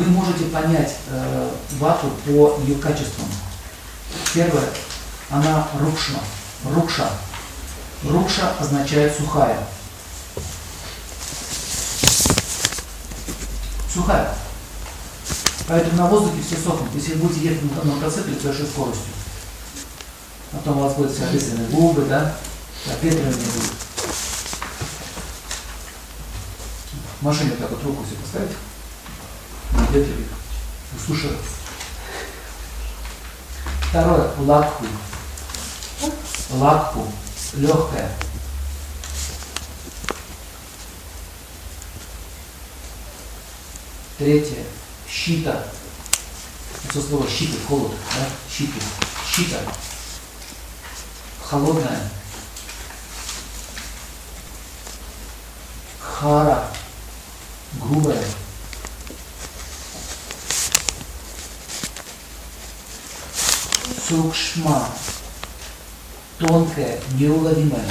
вы можете понять вату по ее качествам. Первое, она рукша. Рукша означает сухая. Сухая. Поэтому на воздухе все сохнут. Если вы будете ехать на мотоцикле с большой скоростью, потом у вас будут все обветренные губы, да? Обветренные будут. В машине так вот руку себе поставить, на ветрик, суши. Второе, лакху. Лакху, легкая. Третье, щита. Это слово щита, холод, да? Щита. Холодная. Хара. Грубая. Сукшма. Тонкая, неуловимая.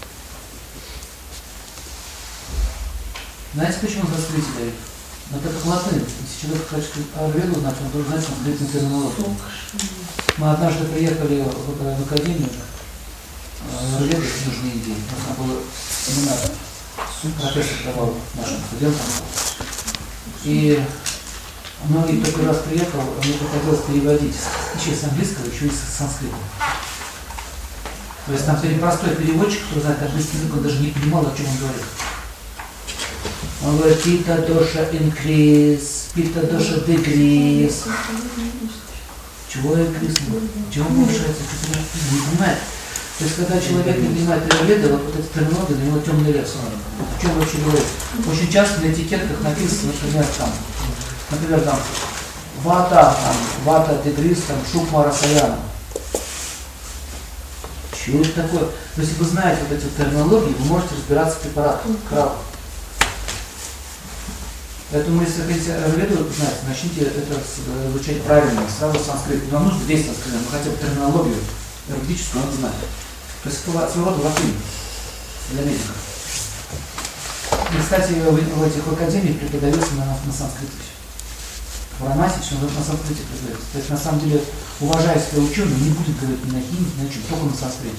Знаете, почему санскрите дают? Вот это латынь. Если человек хочет аюрведу знать, он должен знать санскритную терминологию. Мы однажды приехали в академию аюрведы в Южной Индии. У нас там был семинар. Профессор давал нашим студентам. И многие только раз приехал, мне приходилось переводить еще с английского, еще и с санскрита. То есть там простой переводчик, который знает английский язык, он даже не понимал, о чем он говорит. Он говорит, пита доша increase, пита доша decrease. Чего increase? Чего повышается? Не понимает. То есть, когда человек не понимает аюрведу, вот эта терминология для него темный лес. О чем вообще говорится? Очень часто на этикетках написано, например, там, вата, дегрис, там, шукма, расаяна. Чего это такое? То есть, если вы знаете вот эти терминологии, вы можете разбираться в препаратах. Поэтому, если вы хотите аюрведу знать, начните это изучать правильно, сразу санскрит. Вам нужно весь санскрит, но хотя бы терминологию юридическую надо знать. То есть это своего рода латынь для медиков. И, кстати, в этих академиях преподается на санскрите. В Варанаси все на санскрите преподается. То есть, на самом деле, уважая себя ученые, не будет говорить ни на химии, ни на чем, только на санскрите.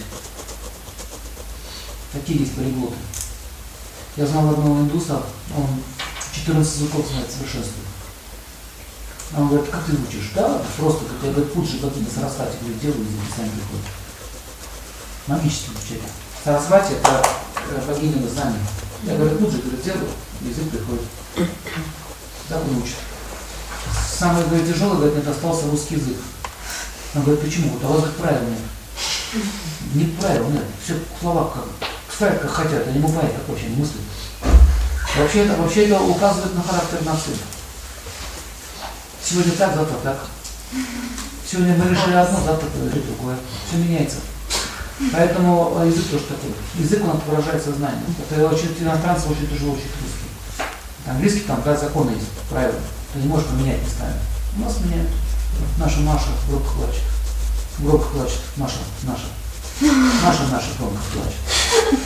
Такие есть полиглоты. Я знал одного индуса, он 14 языков знает совершенственно. А он говорит, как ты учишь? Да, просто, как я говорю, пуджи какие-то сарасвати, говорит, делаю, языки сами приходят. Магически изучать. Сарасвати – это богиня знаний. Я говорю, пуджи, говорит, делаю, язык приходит. Так он учит. Самое, говорит, тяжелое, говорит, это остался русский язык. Он говорит, почему? Вот, а у вас как правил нет. Нет правил, нет. Все слова как хотят, они не понимают, как вообще не мыслят. Вообще это указывает на характер нации. Сегодня так, завтра так. Сегодня мы решили одно, завтра другое. Все меняется. Поэтому язык тоже такой. Язык, он выражает сознание. Это очень иностранцев очень тяжело учить русский. Английский там, да, законы есть, правила. Ты не можешь поменять местами. У нас меняют. Наша Маша громко плачет. Громко плачет. Маша громко плачет.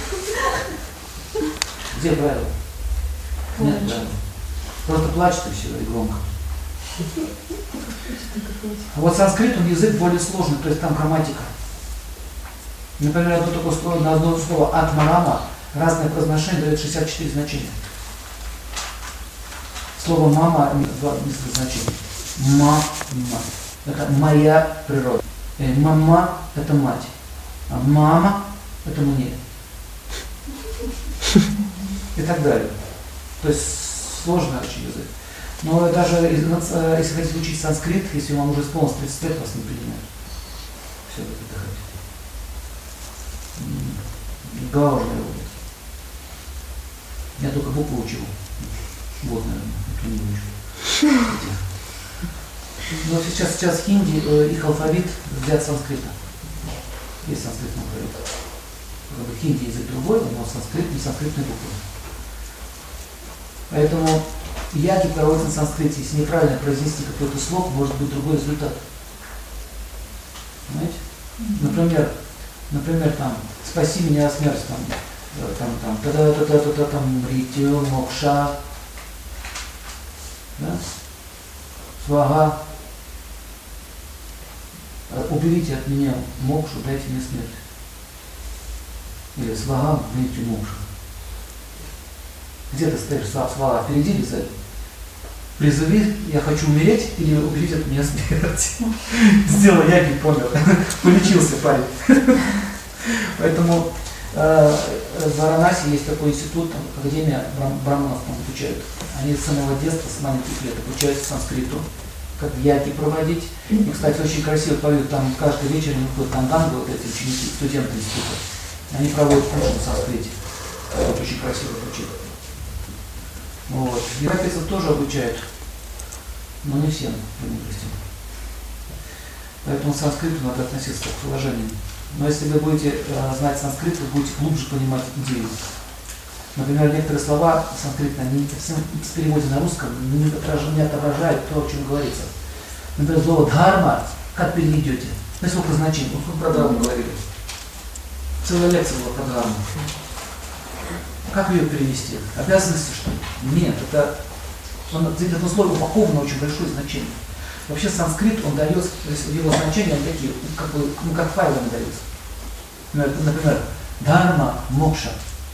Где правила? Нет правил. Просто плачет и все, и громко. А вот санскрит, он язык более сложный, то есть там грамматика. Например, одно такое слово, на одно слово атмарама разное произношение дает 64 значения. Слово мама несколько значений. Мама – это моя природа. Мама – это мать. А мама – это мне. И так далее. То есть сложный очень язык. Но даже если хотите учить санскрит, если вам уже исполнилось 30 лет, вас не принимают. Все это отдыхать. Голова уже не работает. Я только букву учил. Вот, наверное, это не учу. Но сейчас хинди, их алфавит взят с санскрита. Есть санскритный алфавит. Хинди язык другой, но санскрит не санскритные буквы. Поэтому яги проводятся на санскрите. Если неправильно произнести какой-то слог, может быть другой результат. Понимаете? Например, там, спаси меня от смерти, там, мритю, мокша. Да? свага, уберите от меня мокшу, дайте мне смерть. Или свага, уберите мокшу. Где ты стоишь, свага, впереди или сзади? Призови, я хочу умереть, или уберите от меня смерть. Сделал яги, помер. Полечился парень. Поэтому в Варанаси есть такой институт, там, Академия браманов там обучают. Они с самого детства, с маленьких лет обучаются санскриту, как яги проводить. И, кстати, очень красиво поют, там каждый вечер они ходят тангангу, вот эти ученики, студенты института. Они проводят курс на санскрите. Это очень красиво звучит. Вот. Европейцев тоже обучают, но не всем премудростям. Поэтому к санскриту надо относиться с уважением. Но если вы будете знать санскрит, вы будете глубже понимать идею. Например, некоторые слова санскритные, они в переводе на русском не отображают то, о чем говорится. Например, слово дхарма, как переведете? Ну, сколько значений? Вот мы про дхарму говорили. Целая лекция была про дхарму. Как ее перевести? Обязанности, что ли? Нет, это слово упаковано очень большое значение. Вообще санскрит, он дает, его значения такие, как бы, как файлами даются. Например, дхарма, мокша,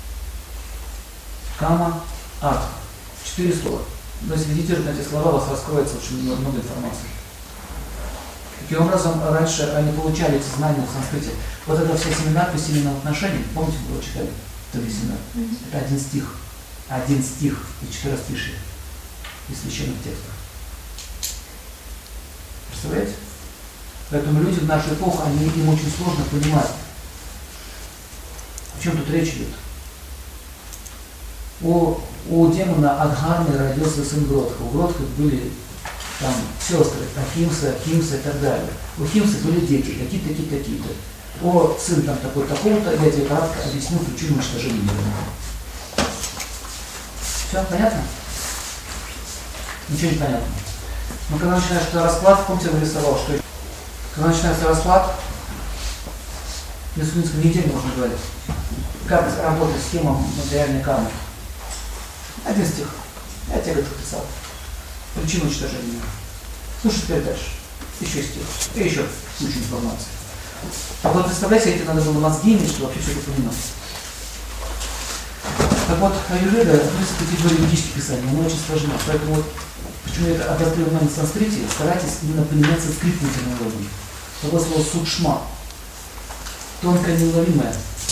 кама, артха. 4 слова. Но если медитируете на эти слова, у вас раскроется очень много информации. Таким образом, раньше они получали эти знания в санскрите. Вот это все семинар по семейным отношениям, помните, вы его читали? Семинар. Это один стих и 4 стиши из священных текстов. Представляете? Поэтому люди в нашу эпоху, им очень сложно понимать, о чем тут речь идет. У демона Адхармы родился сын Гродха. У Гродха были там сестры, Химса и так далее. У Химсы были дети, какие-то. О, сын там такой-такого-то, я тебе кратко объясню причину уничтожения мира. Все, понятно? Ничего не понятно. Но когда начинается расклад, помните, я нарисовал, что когда начинается расклад, на несколько недель можно говорить, как работает схема материальной кармы. Один стих. Я тебе это писал. Причину уничтожения мира. Слушай теперь дальше. Еще стих. И еще куча информации. А вот представляете, эти надо было мозги иметь, чтобы вообще все это понимать. Так вот, аюрведа, в принципе, категория ведических писаний, она очень сложна. Поэтому вот, почему я обострил внимание на санскрите, старайтесь именно понимать санскритную терминологию. Такое слово сукшма. Тонкое, неуловимое.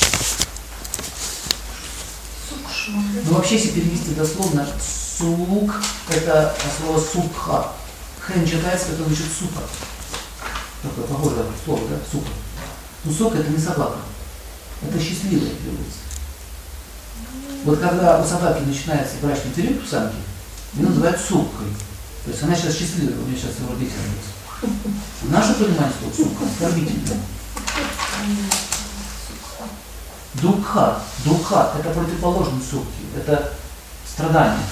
Но вообще, если перевести дословно, сук это слово сукха. Хэн читается, это значит сука. Такое похожее слово, да? Сука. Но сука это не собака. Это счастливая переводится. Вот когда у собаки начинается брачный период у самки, ее называют суккой. То есть она сейчас счастливая, у меня сейчас его родители родится. Наше понимание слова сука оскорбительное. Дукха. Дукха – это противоположный сукки, это страдание.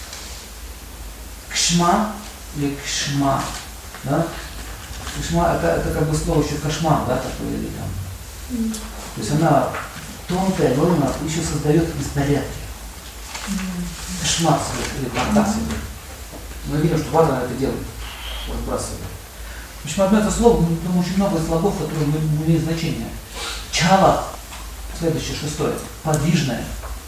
Кшма или кшма. Да? Кшма это как бы слово еще кошмар, да, такое или там. То есть она тонкая, но она еще создает беспорядки. Кошмар или фантазия. Мы видим, что Варна это делает, разбрасывает. В общем, одно это слово, там очень много слогов, которые не имеют значения. Чала. Следующее, 6. Подвижное.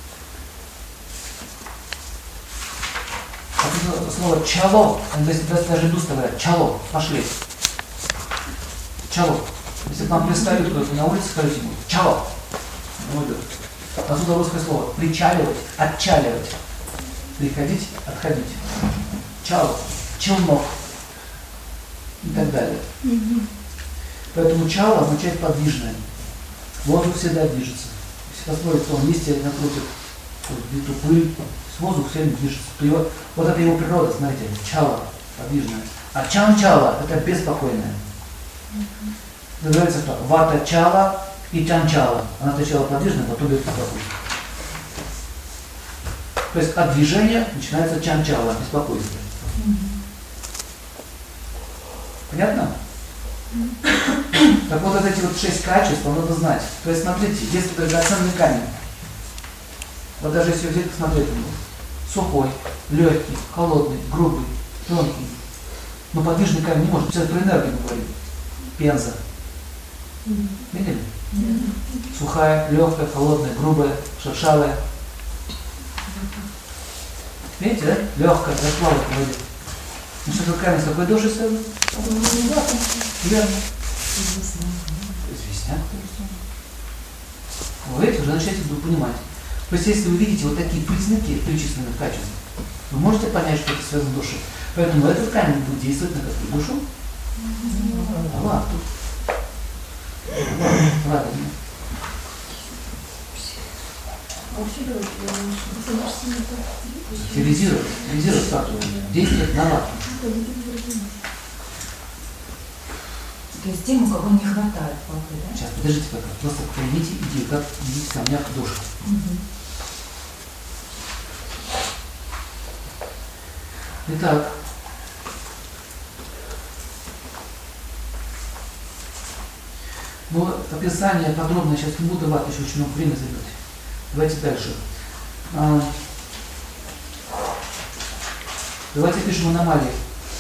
Это слово чало, даже индусы говорят, чало, пошли. Чало. Если к нам пристают кто-то на улице, скажите ему, чало. Он уйдет. Отсюда русское слово. Причаливать, отчаливать. Приходить, отходить. Чало, челнок. И так далее. Поэтому чало означает подвижное. Воздух всегда движется. Если посмотрите, он листья накрутит, где-то пыль, воздух все время движется. Вот это его природа, смотрите, чало, подвижное. А чанчала – это беспокойное. Называется что? Вата чала и чанчала. Она сначала подвижная, потом беспокойная. То есть от движения начинается чанчала, беспокойство. Понятно? Так вот эти вот 6 качеств надо знать. То есть смотрите, если драгоценный камень, вот даже если взять посмотреть на него, сухой, легкий, холодный, грубый, тонкий, Но подвижный камень не может. Сейчас про энергию мы говорим. Пенза. Видели? Сухая, легкая, холодная, грубая, шершавая. Видите, да? Легкая, расплавает в воде. Ну что, камень с какой душей связан? Верно. Известняк. Вы видите, уже начинаете понимать. То есть, если вы видите вот такие признаки перечисленных качеств, вы можете понять, что это связано с душой. Поэтому этот камень будет действовать на какую душу? Ладно. Правильно. Активизирует статую. Действует на лату. То есть тем, у кого не хватает воды, да? Сейчас, подождите пока. Просто поймите идею, как видеть в камнях душу. Итак. Ну, описание подробное сейчас не буду давать, еще очень много времени займет. Давайте дальше. Давайте пишем аномалии.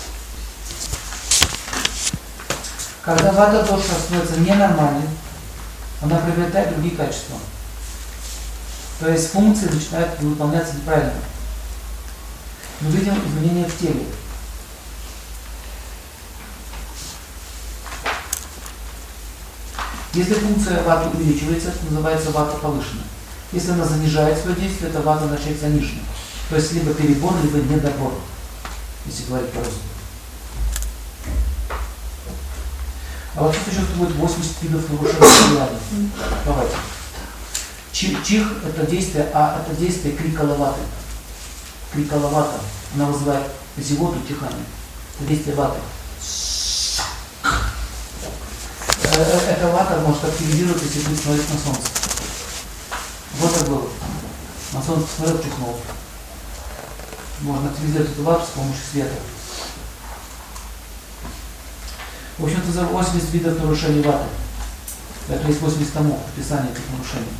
Когда вата доша становится ненормальной, она приобретает другие качества. То есть функции начинают выполняться неправильно. Мы видим изменения в теле. Если функция ваты увеличивается, это называется вата повышенная. Если она занижает свое действие, это вата начать заниженная. То есть либо перебор, либо недобор, если говорить по-русски. А вот тут еще будет 80 видов нарушений желаний. Давайте. Чих – это действие, а это действие крикалаваты. Крикалавата. Она вызывает зевоту, дыхание. Это действие ваты. Эта вата может активизироваться, если будет смотреть на солнце. Вот так было. На солнце посмотрел, чихнул. Можно активизировать эту вату с помощью света. В общем-то, за 80 видов нарушений ваты. Это есть 80 томов описания этих нарушений.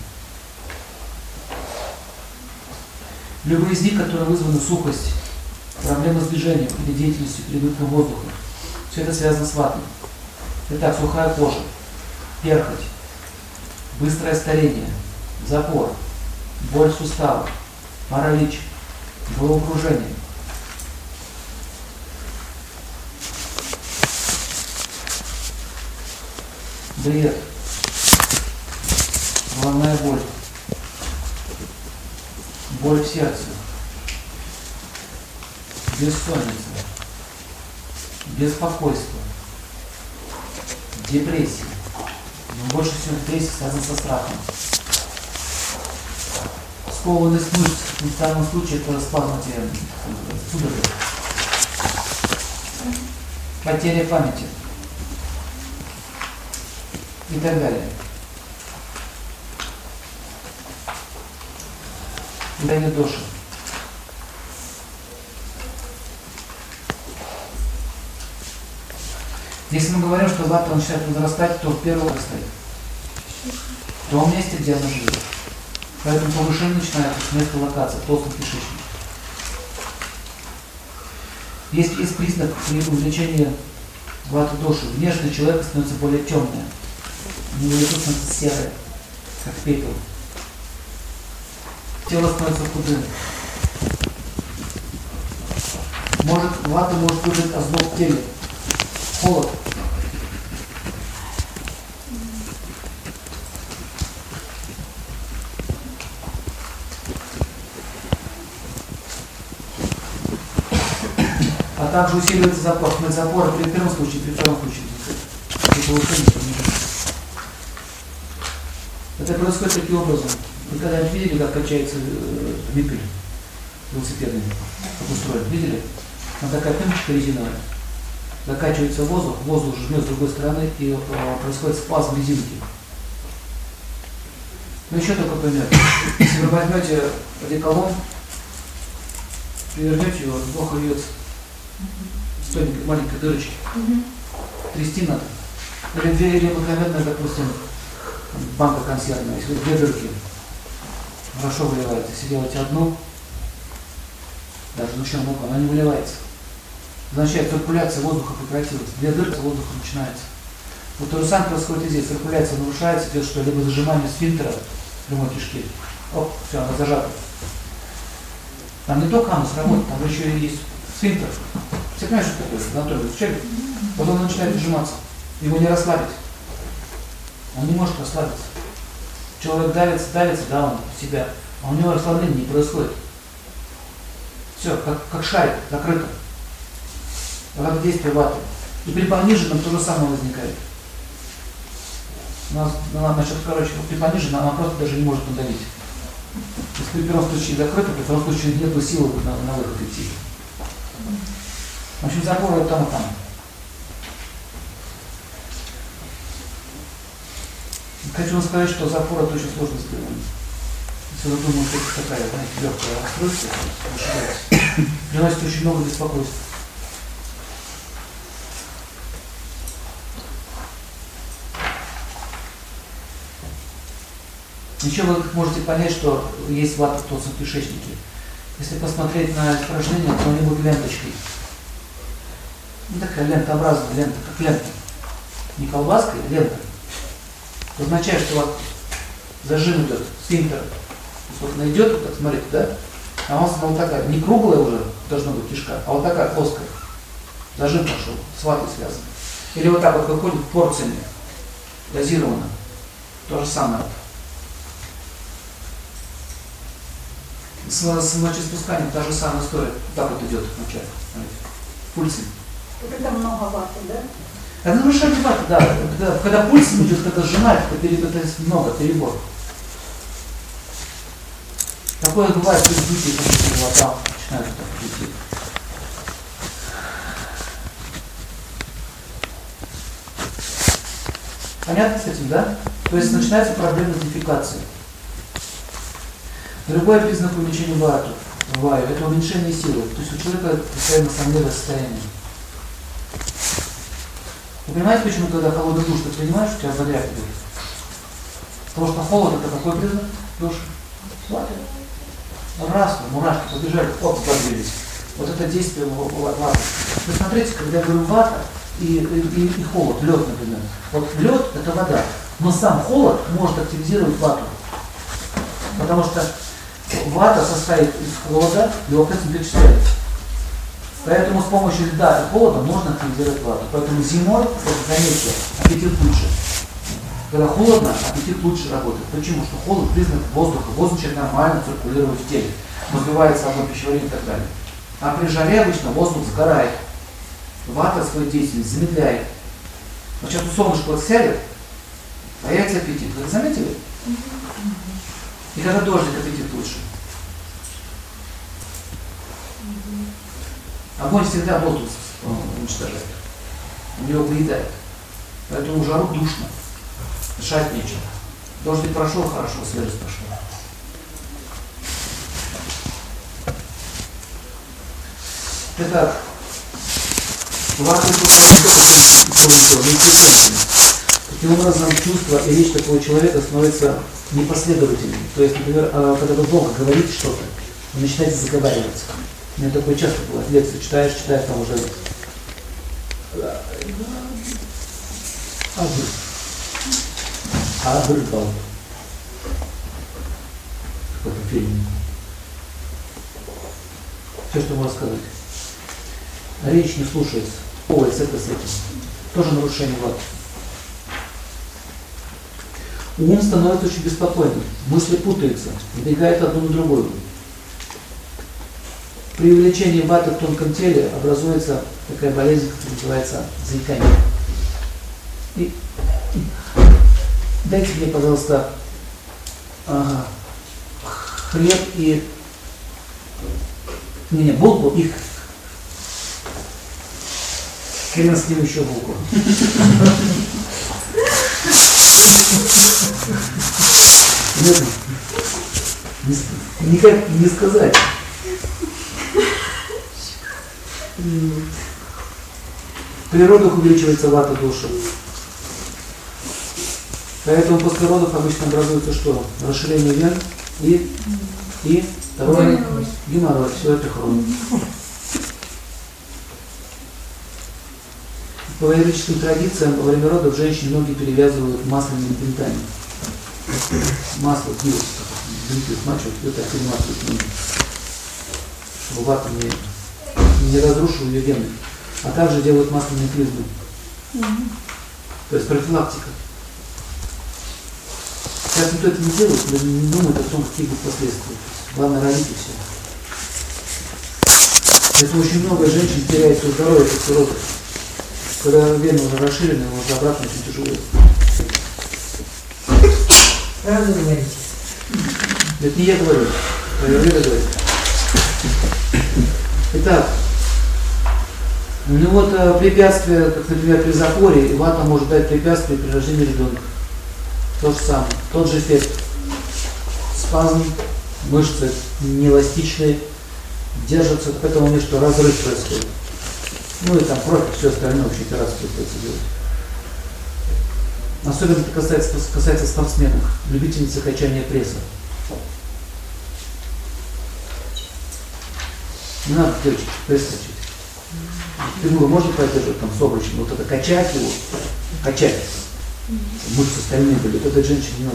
Любые из них, которые вызваны сухость, проблемы с движением или деятельностью передутым воздухом, все это связано с ватой. Итак, сухая кожа, перхоть, быстрое старение, запор, боль в суставах, паралич, головокружение. Бред, головная боль, боль в сердце, бессонница, беспокойство, депрессия. Но больше всего депрессия связана со страхом. Скованность мышц, в данном случае это спазм судорога. Потеря памяти. И так далее. Дайна доша. Если мы говорим, что вата начинает возрастать, то в первую очередь в том месте, где она живет. Поэтому повышение начинается с места локации, толстый кишечник. Есть признак при увеличении ваты доши. Внешне человек становится более темным. У него лицо становится серое, как пепел. Тело становится худым. Вата может вызвать озноб в теле, холод. А также усиливается запор. Смыть запора при первом случае, при втором случае. При повышении, понижении. Это происходит таким образом. Вы когда-нибудь видели, как качается випель велосипедный, как устроен? Видели? Там такая пимочка резиновая. Закачивается воздух, воздух жмет с другой стороны, и происходит спазм резинки. Ну еще такой пример. Если вы возьмете одеколон, перевернете его, плохо льется с тоненькой маленькой дырочки. Трясти надо. Или обыкновенная, допустим, банка консервная, если две дырки. Хорошо выливается. Если делаете одну, даже еще много, она не выливается. означает, циркуляция воздуха прекратилась. Две дырки, воздуха начинается. Вот то же самое происходит и здесь. Циркуляция нарушается, идет что? Либо зажимание сфинктера прямой кишки. Оп, все, она зажата. Там не только анус работает, там еще и есть сфинктер. Все понимают, что такое? Анатолий, изучали? Вот он начинает сжиматься. Его не расслабить. Он не может расслабиться. Человек давится, да, он в себя. А у него расслабление не происходит. Все, как шарик, закрыто. Вот это действие ваты. И при пониженном то же самое возникает. У нас, значит, короче, при пониженном она просто даже не может надавить. Если в первом случае закрыто, то в втором случае нет силы на выход идти. В общем, запоры там и там. Хочу вам сказать, что запор это очень сложно сделать. Если вы думаете, что это такая, знаете, легкая расстройство, ошибаетесь. Приносит очень много беспокойства. Еще вы можете понять, что есть вата в толстом кишечнике. Если посмотреть на испражнение какой-нибудь ленточкой, ну, такая лентообразная лента, как лента, не колбаска, а лента, это означает, что вот зажим идет, сфинктер, вот она идет, вот так, смотрите, да? А у нас она вот такая, не круглая уже должна быть кишка, а вот такая плоская. Зажим пошел, с ватой связан. Или вот так вот выходит порциями, дозированно. То же самое. С мочеиспусканием та же самая история. Так вот идет вначале. Пульсом. Вот это много ваты, да? Это нарушение ваты, да. Когда пульсом идет, когда сжимает, это много, перебор. Такое бывает при вздутии, когда живота начинают так идти. Понятно с этим, да? То есть начинается проблема с дефекацией. Другой признак увеличения ваты – это уменьшение силы. То есть у человека постоянно сомневое состояние. Вы понимаете, почему, когда холодный душ, ты понимаешь, что у тебя бодряк идет? Потому что холод – это какой признак душа? Ваты. Раз, мурашки побежали, оп, взбодрились. Вот это действие ваты. Вы смотрите, когда я говорю вата и холод, лед, например. Вот лед – это вода, но сам холод может активизировать вату. Потому что вата состоит из холода, его опять перечисляется. Поэтому с помощью льда и холода можно активизировать вату. Поэтому зимой, заметьте, аппетит лучше. Когда холодно, аппетит лучше работает. Почему? Что холод признак воздуха. Воздух начинает нормально циркулировать в теле. Развивается одно пищеварение и так далее. А при жаре обычно воздух сгорает. Вата свою деятельность замедляет. Но сейчас солнышко вот сядет, появится аппетит. Вы заметили? И когда дождик, аппетит лучше. Огонь всегда воздух уничтожает. Он его поедает. Поэтому в жару душно. Дышать нечего. Дождик прошел, хорошо, свежесть пошла. Итак, вата таким образом чувство и речь такого человека становится непоследовательным. То есть, например, когда вы долго говорите что-то, вы начинаете заговариваться. У меня такое часто бывает. Лекции читаешь, там уже Абрбал. В этом фильме. Все, что можно сказать. Речь не слушается. С этим. Тоже нарушение ваты. Ум становится очень беспокойным. Мысли путаются, сбегают одну на другую. При увеличении ваты в тонком теле образуется такая болезнь, которая называется заикание. И дайте мне, пожалуйста, хлеб и... булку и хрен с ним еще булку. Никак не сказать. При родах увеличивается вата души. Поэтому после родов обычно образуется что? Расширение вен и второе геморрой. Все это хронит. По юридическим традициям во время родов женщины ноги перевязывают масляными бинтами. Масло пьют, бинты смачивают, и так перематывают ноги, чтобы вата не разрушил ее вены. А также делают масляные клизмы. То есть профилактика. Сейчас никто это не делает, но не думает о том, какие будут последствия. Главное родить и все. Поэтому очень много женщин теряет свое здоровье после родов. Когда вены уже расширены, уже обратно очень тяжело. Правду говорите. Это не я говорю, аюрведа говорит. Итак, ну вот препятствие, как, например, при запоре, вата может дать препятствие при рождении ребенка. То же самое, тот же эффект. Спазм, мышцы неэластичные, держатся, поэтому у них что, разрыв происходит. Ну и там кровь, все остальное, вообще операцию приходится делать. Особенно это касается спортсменов, любительницы качания пресса. Не надо, девочки, пресс качать. Фигуру можно поддерживать там с обручем, вот это качать его, качать. Мышцы стальные были, вот этой женщине не надо.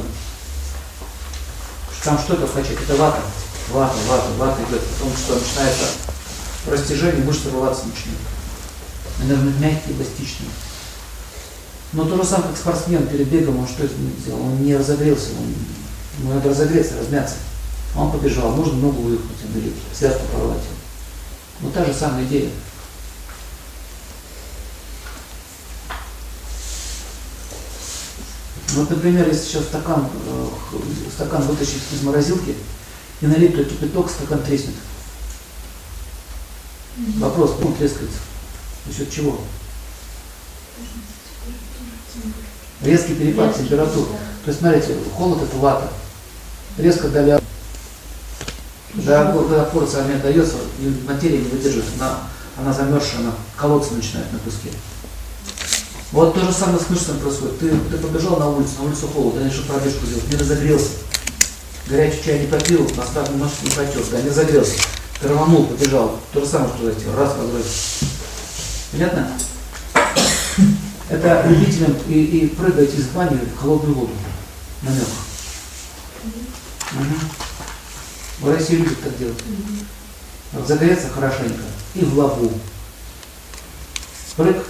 Там что это качать? Это вата. Вата идет, потому что начинается растяжение, мышцы рваться начинают. Они должны быть мягкие, эластичные. Но то же самое, как спортсмен перед бегом, он что сделал? Он не разогрелся, ему надо разогреться, размяться. Он побежал, нужно ногу вывихнуть или связку порвать. Вот та же самая идея. Вот, например, если сейчас стакан вытащить из морозилки и налить туда кипяток, стакан треснет. Вопрос, почему он трескается? За счет чего? Резкий перепад температур. То есть, смотрите, холод это вата. Резко дали. Когда порция не отдается, материя не выдерживает, она замерзшая, она колоться начинает на куске. Вот то же самое с мышцами происходит. Ты побежал на улицу холодно, дальше пробежку сделал, не разогрелся. Горячий чай не попил, наставный нож не потек, да, не разогрелся. Ты рванул, побежал. То же самое, что эти, раз разрыв. Понятно? Это любителям и прыгать из бани в холодную воду. Намек. В России любят так делать. Вот загореться хорошенько и в лабу. Прыг.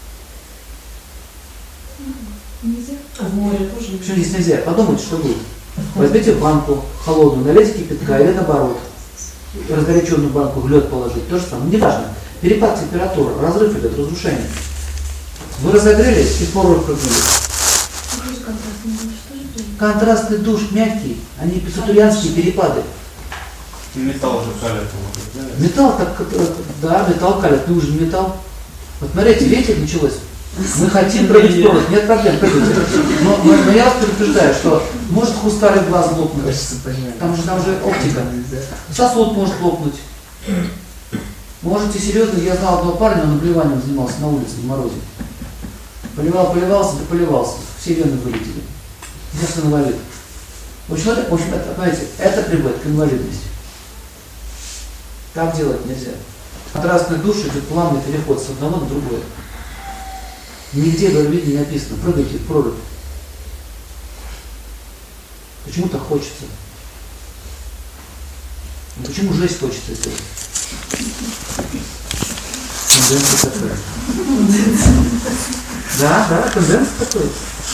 Нельзя. А в море тоже. Почему здесь нельзя? Подумайте, что будет. Возьмите банку холодную, налейте кипятка или наоборот. Разгоряченную банку в лед положить. То же самое. Неважно. Перепад температуры, разрыв идет, разрушение. Вы разогрелись и в пору прыгнули. Контрастный душ мягкий, они писатурианские перепады. Металл же калит. Металл, так, да, металл калит, ты уже не металл. Вот смотрите, видите, началось. Мы хотим прыгать в пору, нет проблем, прыгайте. Но я вас предупреждаю, что может хрустальный глаз лопнуть. Там же оптика. Сосуд может лопнуть. Можете серьезно, я знал одного парня, он наблеванием занимался на улице в морозе. Поливался, все вены вылетели. Сейчас инвалид. В общем, это, понимаете, это приводит к инвалидности. Так делать нельзя. Контрастный душ идет плавный переход с одного на другое. Нигде в Аюрведе не написано, прыгайте в прорубь. Почему так хочется? Почему жесть хочется сделать? Тенденция такая. Да, тенденция такая.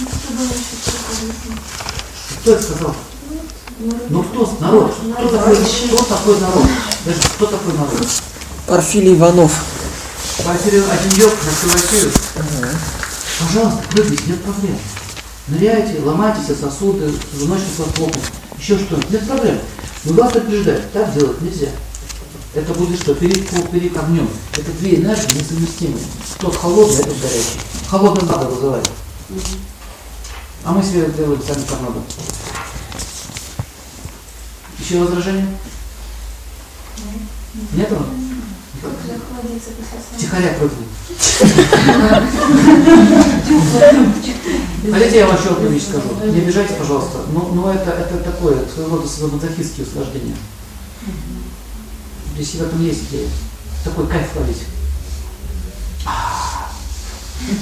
Кто это сказал? Ну кто? Народ. Кто такой народ? Даже кто такой народ? Порфирий Иванов. Порфирий Одиньёк на всю Россию. Пожалуйста, прыгайте, нет проблем. Ныряйте, ломайте себе сосуды, позвоночник лопнут, еще что-нибудь, нет проблем. Но вас предупреждать, так делать нельзя. Это будет что? Перед огнем. Это две энергии несовместимые. Тот холодный, этот горячий. Холодным надо вызывать. А мы себе делаем сами как надо. Еще возражения? Нет? Тихоря прыгнул. Хотите, я вам еще одну вещь скажу. Не обижайте, пожалуйста. Но это такое, своего рода мазохистские услаждения. Здесь в этом есть идея. Такой кайф ловить.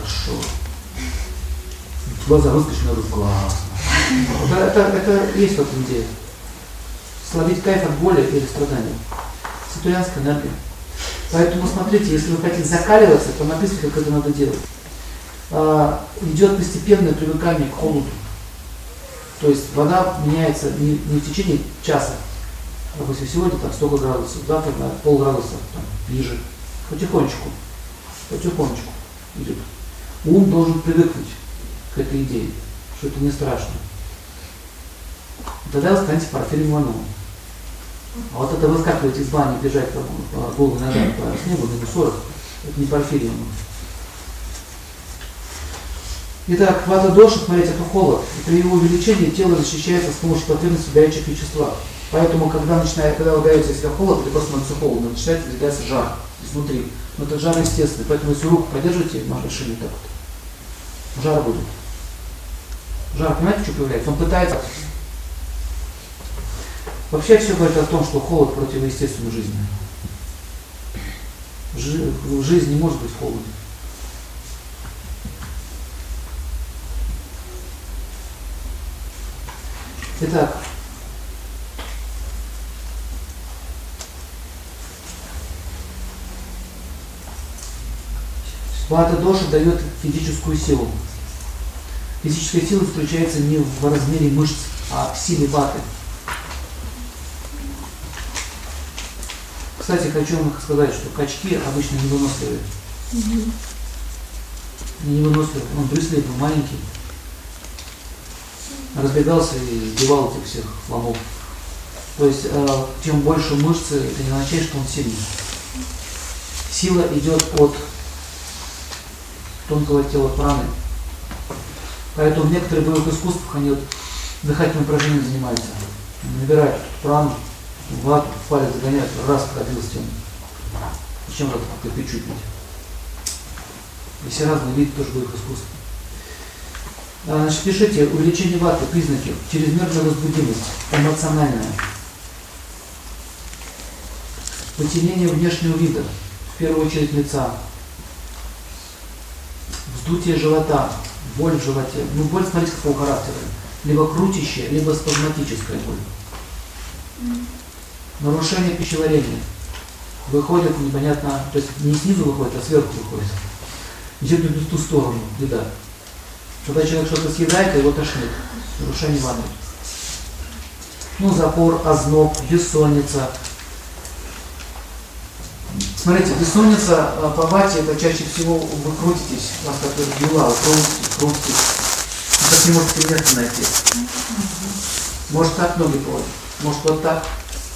хорошо. Глаза выскочили, говорю, классно. Это есть в этом идее. Словить кайф от боли или страдания. Сатурянская энергия. Поэтому смотрите, если вы хотите закаливаться, то написано, как это надо делать. Идет постепенное привыкание к холоду. То есть вода меняется не в течение часа. Допустим, сегодня там 100 градусов, завтра на полградуса там, ниже. Потихонечку идет. Ум должен привыкнуть к этой идее, что это не страшно. И тогда вы станете Порфирием Ивановым. А вот это выскакивать из бани, бежать там, голову ногами по снегу, на мусорах, это не Порфирий Иванов. Итак, вата доша, смотрите, это холод. И при его увеличении тело защищается с помощью потребности в горячих веществах. Поэтому, когда вы даете себе холод, или просто становится холодно, начинает выделяться жар изнутри. Но этот жар естественный, поэтому если руку поддержите в машине, так вот, жар будет. Жар, понимаете, что появляется? Он пытается... Вообще все говорит о том, что холод противоестественной жизни. Жизнь не может быть в холоде. Итак, вата доша дает физическую силу. Физическая сила заключается не в размере мышц, а в силе ваты. Кстати, хочу вам сказать, что качки обычно невыносливые. Невыносливые. Он Брюс Ли был маленький. Разбегался и сбивал этих всех слонов. То есть, чем больше мышцы, это не означает, что он сильный. Сила идет от тонкого тела праны. Поэтому в некоторых боевых искусствах они вот дыхательным упражнением занимаются. Набирают прану, вату, в палец загоняют, раз пробил стену. Зачем это как-то печуть бить? И все разные виды тоже боевых искусств. Значит, пишите, увеличение ваты, признаки, чрезмерная возбудимость, эмоциональная, потемнение внешнего вида, в первую очередь лица, вздутие живота, боль в животе. Ну, боль, смотрите, какого характера. Либо крутящая, либо спазматическая боль. Нарушение пищеварения. Выходит непонятно, то есть не снизу выходит, а сверху выходит. Идет в ту сторону, еда. Когда человек что-то съедает, его тошнит. Нарушение ванны. Ну, запор, озноб, бессонница. Смотрите, бессонница по вате, это чаще всего вы крутитесь, у вас как дела, крутитесь. Как не можете место найти. Может так ноги положить, может вот так,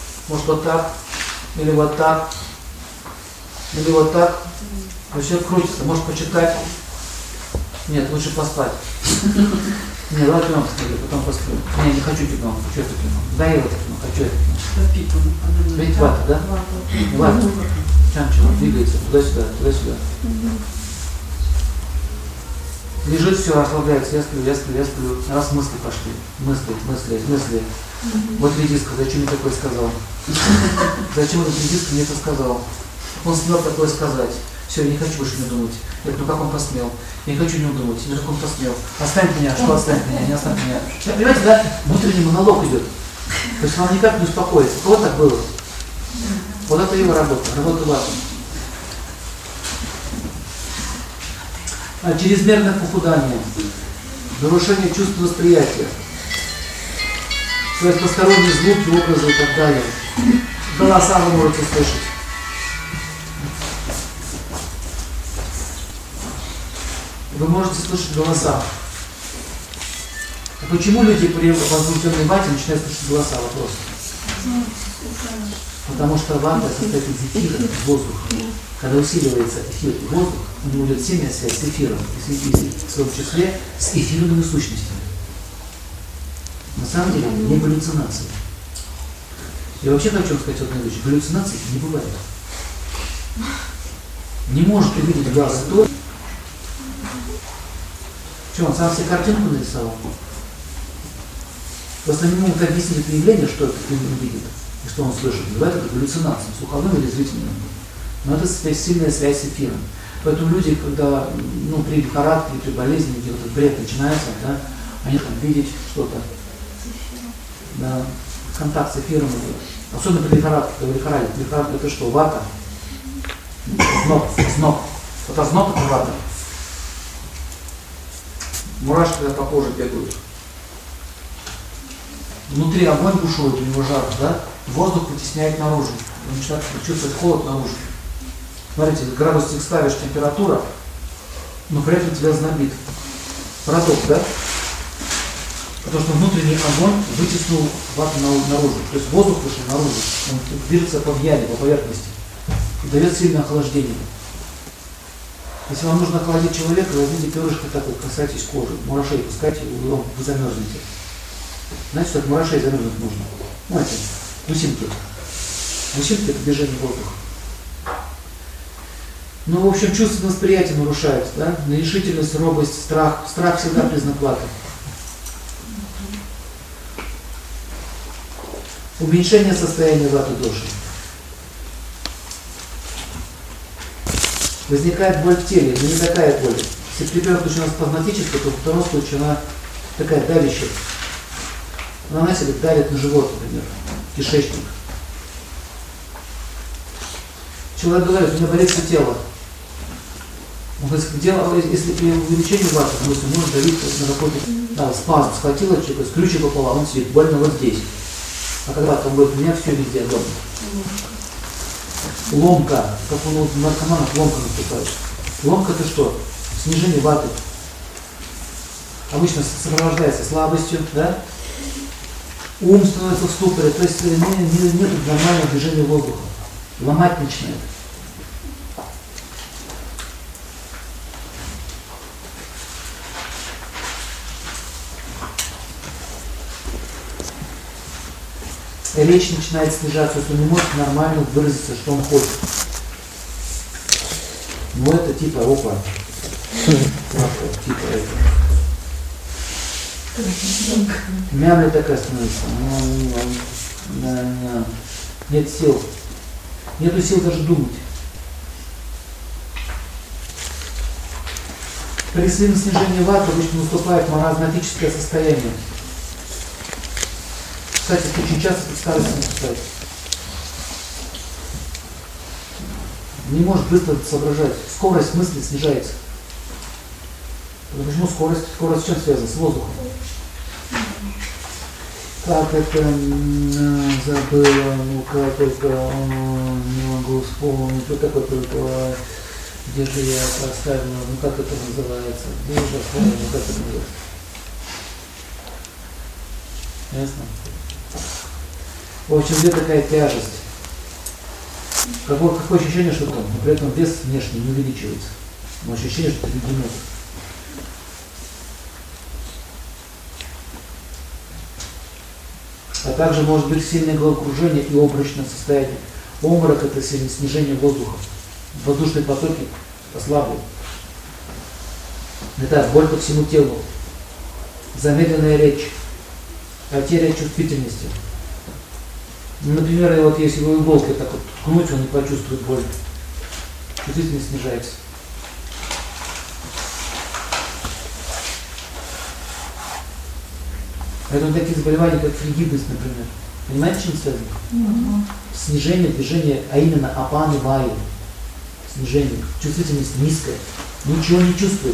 или вот так, или вот так. Но человек крутится, может почитать. Нет, лучше поспать. Не, давай кино посмотрю, потом посплю. Не, не хочу кино, хочу это кино. Дай это кино, хочу это кино. Видите, вата, да? Вата. Чанчева двигается туда-сюда, туда-сюда. Лежит, все, расслабляется, я сплю. Раз мысли пошли. Мысли. Вот редиска, зачем мне такое сказал? Зачем этот редиска мне это сказал? Он смел такое сказать. Все, я не хочу больше не думать. Я говорю, ну как он посмел? Я не хочу не думать, ну как он посмел? Оставь меня, что оставь меня, не оставь меня. Понимаете, да? Внутренний монолог идет. То есть он никак не успокоится. У кого так было? Вот это его работа вата. Чрезмерное похудание, нарушение чувства восприятия, то есть посторонние звуки, образы и так далее. Голоса вы можете слышать. Вы можете слышать голоса. А почему люди при возбужденной вате начинают слышать голоса? Вопрос. Потому что вата состоит из эфира, из воздуха. Когда усиливается эфир и воздух, у него идет сильная связь с эфиром, в том числе с эфирными сущностями. На самом деле, не галлюцинации. Я вообще хочу вам сказать одну вещь. Галлюцинаций не бывает. Не может увидеть глаз то. Что, он сам себе картинку нарисовал? Просто не могут объяснить это явление, что это он видит и что он слышит. Бывает это галлюцинация, слуховым или зрительным. Но это сильная связь с эфиром. Поэтому люди, когда при лихорадке, при болезни, где вот этот бред начинается, да, они там видеть что-то, да, контакт с эфиром идет. Особенно при лихорадке, когда лихорадит. Лихорадка это что? Вата. Зноб. Вот озноб это вата. Мурашки когда по коже бегают. Внутри огонь бушует, у него жар, да? Воздух вытесняет наружу. Он начинает чувствовать холод наружу. Смотрите, градусник ставишь, температура, но при этом тебя знобит. Парадокс, да? Потому что внутренний огонь вытеснил вату наружу. То есть воздух вышел наружу. Он движется по вьяли, по поверхности. И дает сильное охлаждение. Если вам нужно охладить человека, возьмите перышко такое, касайтесь кожи, мурашей пускайте, вы замерзнете. Знаете, что от мурашей замерзнуть нужно? Знаете, гусинки. Гусинки это движение воздуха. Ну, в общем, чувственное восприятие нарушается, да? Нерешительность, робость, страх. Страх всегда признак ваты. Уменьшение состояния ваты доши. Возникает боль в теле, но не такая боль. Если при первом случае она спазматическая, то во втором случае она такая давящая. Она себе давит на живот, например, кишечник. Человек говорит, у меня болит все тело. Он говорит, если при увеличении ваты, допустим, может давить на какой-то спазм, схватило человека, с ключа попала, он сидит, больно вот здесь. А когда он говорит, у меня все везде дома. Ломка, как у наркоманов ломка наступает. Ломка это что? Снижение ваты. Обычно сопровождается слабостью, да? Ум становится в ступоре, то есть нет нормального движения воздуха. Ломать начинает. Речь начинает снижаться, то есть он не может нормально выразиться, что он хочет. Ну это типа опа. Типа это. Мямля такая становится. Нет сил. Нету сил даже думать. При сильном снижении ваты обычно наступает маразматическое состояние. Кстати, очень часто в старости наступает. Не может быстро соображать. Скорость мысли снижается. Почему скорость? Скорость с чем связана? С воздухом. Как это забыла, ну как только не могу вспомнить, вот такой только, где же я это оставила, ну как это называется, где я это оставила, ну как это называется. Ясно? В общем, где такая тяжесть? Какое ощущение, что там, но при этом вес внешне не увеличивается. Но ощущение, что это леденец. А также может быть сильное головокружение и обморочное состояние. Обморок – это снижение воздуха. Воздушные потоки ослабли. Это боль по всему телу. Замедленная речь. Потеря чувствительности. Например, вот если его иголкой так вот ткнуть, он не почувствует боль. Чувствительность снижается. Поэтому такие заболевания, как фригидность, например. Понимаете, чем связано? Снижение движения, а именно апаны ваю. Снижение. Чувствительность низкая. Ничего не чувствует.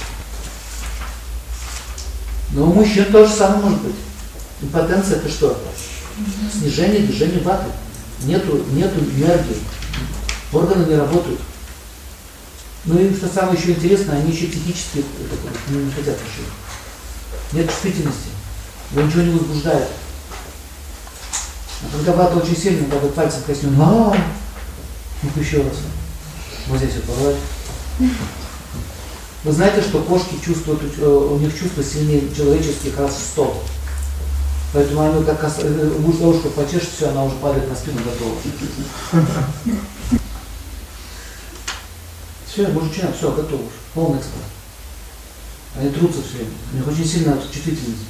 Но у мужчин тоже самое может быть. Импотенция это что? Снижение движения ваты. Нету энергии. Органы не работают. Ну и что самое еще интересное, они еще психически не хотят еще. Нет чувствительности. Его ничего не возбуждает. А когда вата очень сильно, когда пальцем коснем, ну еще раз. Вот здесь вот порвать. Вы знаете, что кошки чувствуют, у них чувства сильнее человеческих раз в 100. Поэтому они как за ушко почешет, все, она уже падает на спину, готова. Все, мужчина, все, готово уже. Полный экспорт. Они трутся все время. У них очень сильная чувствительность.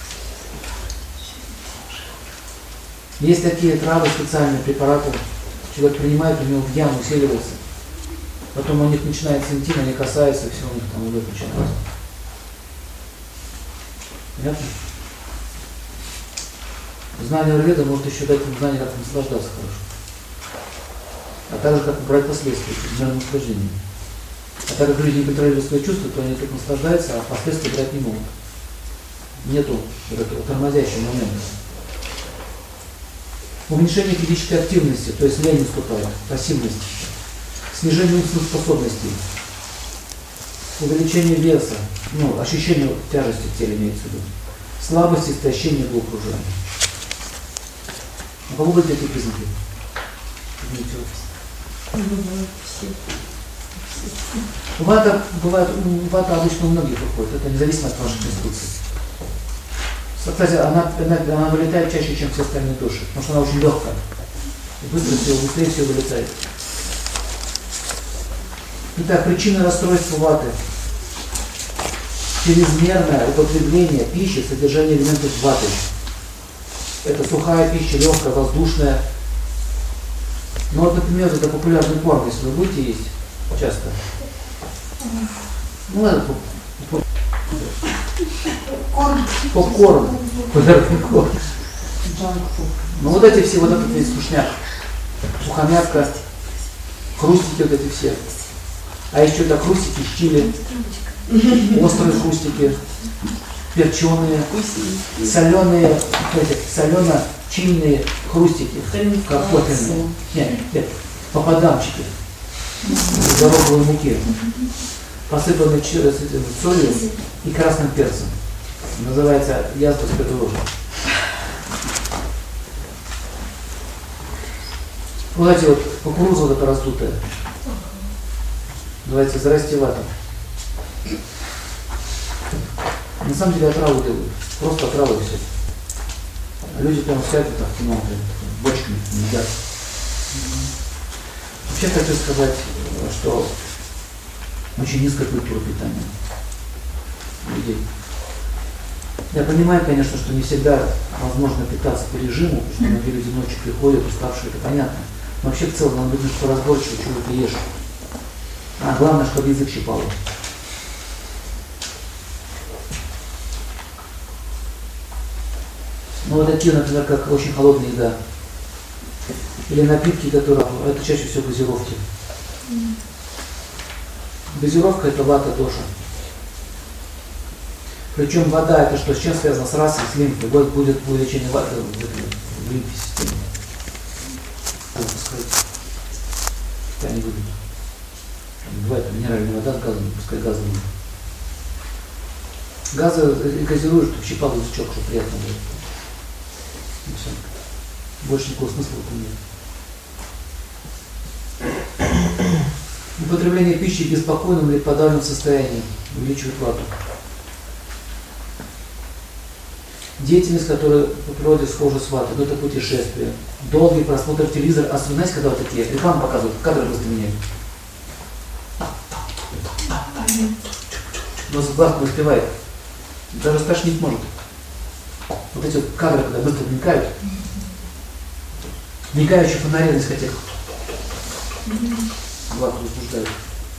Есть такие травы, специальные препараты, Человек принимает, у него в яму усиливается. Потом у них начинается интим, они касаются, все у них там уже начинается. Понятно? Знание аюрведы может еще дать им знание, как наслаждаться хорошо. А также как убрать последствия чрезмерного наслаждения. А так как люди не контролируют свои чувства, то они только наслаждаются, а последствия брать не могут. Нету этого тормозящего момента. Уменьшение физической активности, то есть лень наступает, пассивность. Снижение умственных способностей. Увеличение веса, ощущение тяжести в теле имеется в виду. Слабость, истощение, головокружение. У кого были такие признаки? Вата обычно у многих выходит, это независимо от ваших инструкций. Кстати, она вылетает чаще, чем все остальные души, потому что она очень легкая. И быстрее все вылетает. Итак, причина расстройства ваты. Чрезмерное употребление пищи, содержание элементов ваты. Это сухая пища, легкая, воздушная. Ну вот, например, это популярный корм, если вы будете есть часто. Ну это попкорн. Популярный корм. Ну вот эти все, вот этот весь сушняк. Сухомятка, хрустики вот эти все. А еще это хрустики с чили, острые хрустики, перченые, соленые, солено-чильные хрустики, картофельные, нет, попадамчики из гороховой муки, посыпанные солью и красным перцем. Называется язва с петрушкой. Вот эти вот кукуруза вот эта раздутая. Называется зарастеватым. На самом деле отраву делают. Просто отраву и все. А люди прям сядут так, бочками едят. Вообще хочу сказать, что очень низкая культура питания людей. Я понимаю, конечно, что не всегда возможно питаться по режиму, потому что многие люди ночью приходят, уставшие, это понятно. Но вообще в целом нам нужно поразборчиво, что ты ешь. А главное, чтобы язык щипало. Ну вот такие, например, как очень холодная еда. Или напитки, которые, это чаще всего газировки. Газировка это вата доша. Причем вода это что, с чем связано? С расой, с лимфой. Вот будет увеличение ваты в лимфе системе. Пускай не будет. Бывает минеральная вода с газом, пускай газом будет. Газы газируют, чтобы щипал язычок, чтобы приятно было. И все. Больше никакого смысла в этом нет. Употребление пищи в беспокойном или подавленном состоянии увеличивает вату. Деятельность, которая по природе схожа с ватой, это путешествие. Долгий просмотр телевизора. А знаете, когда вот такие рекламы показывают, кадры быстро меняют. Но глаз не успевает. Даже стошнить может. Вот эти вот кадры, когда быстро мелькают. Мелькающие фонари на дискотеках. Глаз возбуждают.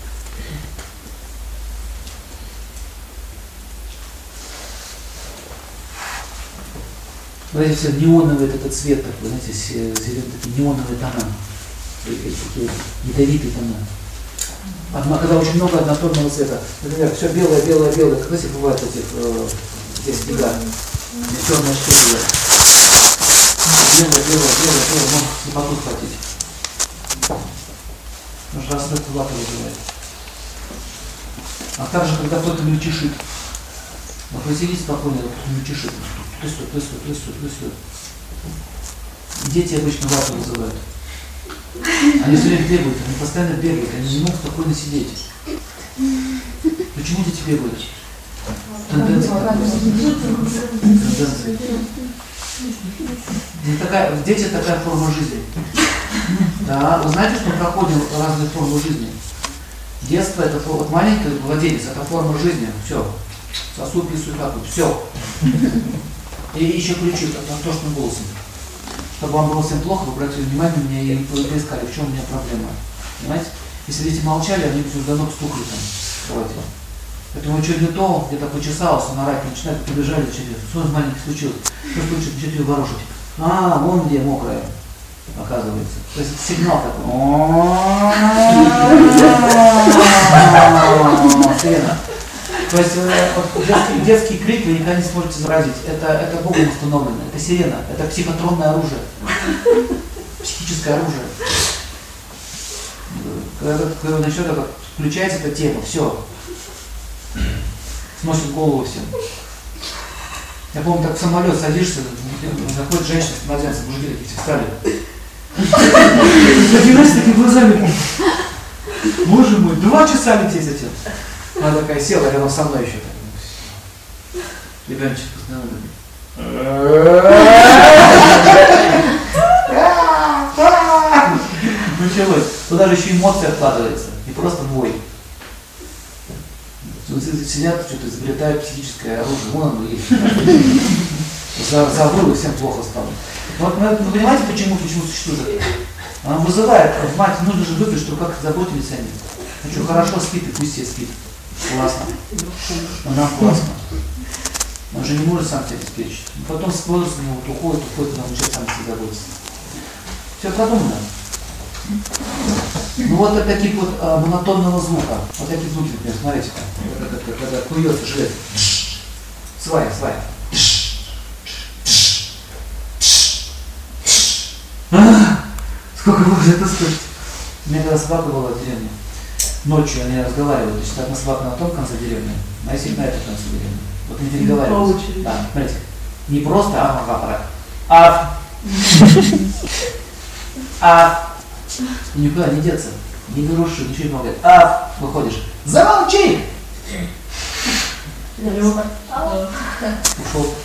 Вот эти все неоновые, этот цвет такой, знаете, такие неоновые тона. Такие ядовитые тона. Когда очень много однотонного цвета, например, все белое, белое, белое, как знаете, бывает этих здесь бега, черная штука. Белое, белое, белое, белое, может слепоту схватить. Потому что рассвет вату вызывает. А также, когда кто-то мельчешит, вот вы сидите спокойно, кто-то мельчешит, туда-сюда. Дети обычно вату вызывают. Они все время бегают, они постоянно бегают, они не могут спокойно сидеть. Почему дети бегают? Дети – такая форма жизни. Да, вы знаете, что проходим разные формы жизни? Детство – это вот маленький младенец, это форма жизни, все. Сосуд, пису, капу, все. И еще кричит атошным голосом. чтобы вам было всем плохо, вы обратили внимание на меня и поискали, в чем у меня проблема. Понимаете? Если дети молчали, они все до ног стукали там. Давайте. Поэтому что не то, где-то почесался, он орать начинает, побежали через. Что маленький случилось? Что случилось? Начинает ее ворошить. А, вон где мокрая, оказывается. То есть сигнал такой. Сирена. То есть детский крик вы никогда не сможете заразить. Это Богом установлено. Это сирена. Это психотронное оружие. Психическое оружие. Когда начнет это, включается эта тема, все. Сносит голову всем. Я помню, так в самолет садишься, заходит женщина с младенцем, мужики такие все встали. Такие с такими глазами. Боже мой, 2 часа лететь за тем. Она такая села рядом со мной еще. Ребеночек постоянно. Началось. Туда же еще эмоция откладывается. Не просто вой. Сидят, что-то изобретают психическое оружие. Вон оно есть. Завыл, и всем плохо стало. Вот вы понимаете, почему существует? Она вызывает, мать, нужно же выпить, чтобы как-то заботились о ней. Ну что, хорошо спит, и пусть себе спит. Классно. Она классно. Он же не может сам себя обеспечить. Потом с возрастом его уходит, она начинает сам себя заботиться. Все продумано. Ну вот от таких вот монотонного звука. Вот такие звуки, например, смотрите-ка. Когда куется железо. Свай. Сколько можно это слышать? У меня когда собака была в деревне, ночью они разговаривают, то есть одна собака на том конце деревни, а если на этом конце деревни. Вот они переговариваются. Да, смотрите. Не просто и никуда не деться. Не груши, ничего не помогает. Выходишь. Замолчи! Ушел.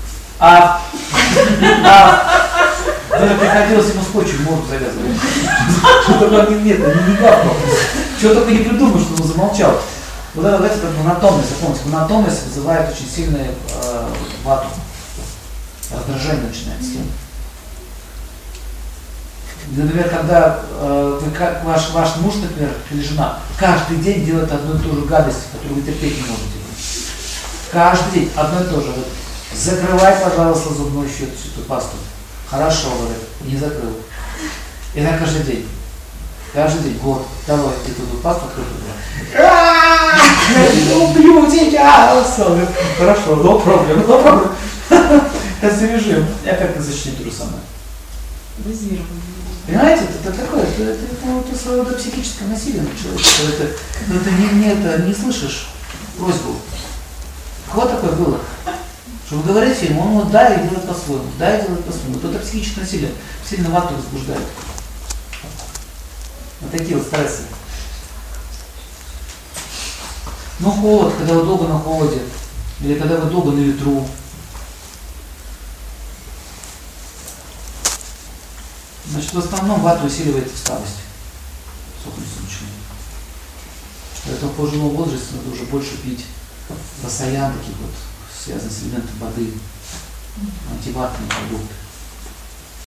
Даже приходилось ему скотчем морду завязывать. Что-то там нет, не гавкал. Чего только не придумал, что он замолчал. Вот это, знаете, как монотонность, запомните, монотонность вызывает очень сильную вату. Раздражение начинается. Например, когда ваш муж, например, или жена, каждый день делает одну и ту же гадость, которую вы терпеть не можете. Каждый день одно и то же. Вот, закрывай, пожалуйста, зубную щетку, эту пасту. Хорошо, говорит, не закрыл. И так каждый день. Каждый день, год. Давай, ты тут пасту открыл. Убью тебя! Хорошо, no problem. Это режим. Я как-то зачту то же самое. Понимаете, это такое, это своего рода психическое насилие на человека. Это не слышишь просьбу. У кого такое было? Что вы говорите ему, он вот да и делает по-своему, Вот это психическое насилие, сильно вату возбуждает. Вот такие вот стрессы. Ну холод, когда вы долго на холоде, или когда вы долго на ветру. Значит, в основном вату усиливает усталость. Сухость начинает. Поэтому в пожилом возрасте надо уже больше пить постоянно таких вот, связанных с элементом воды, антиватные продукты.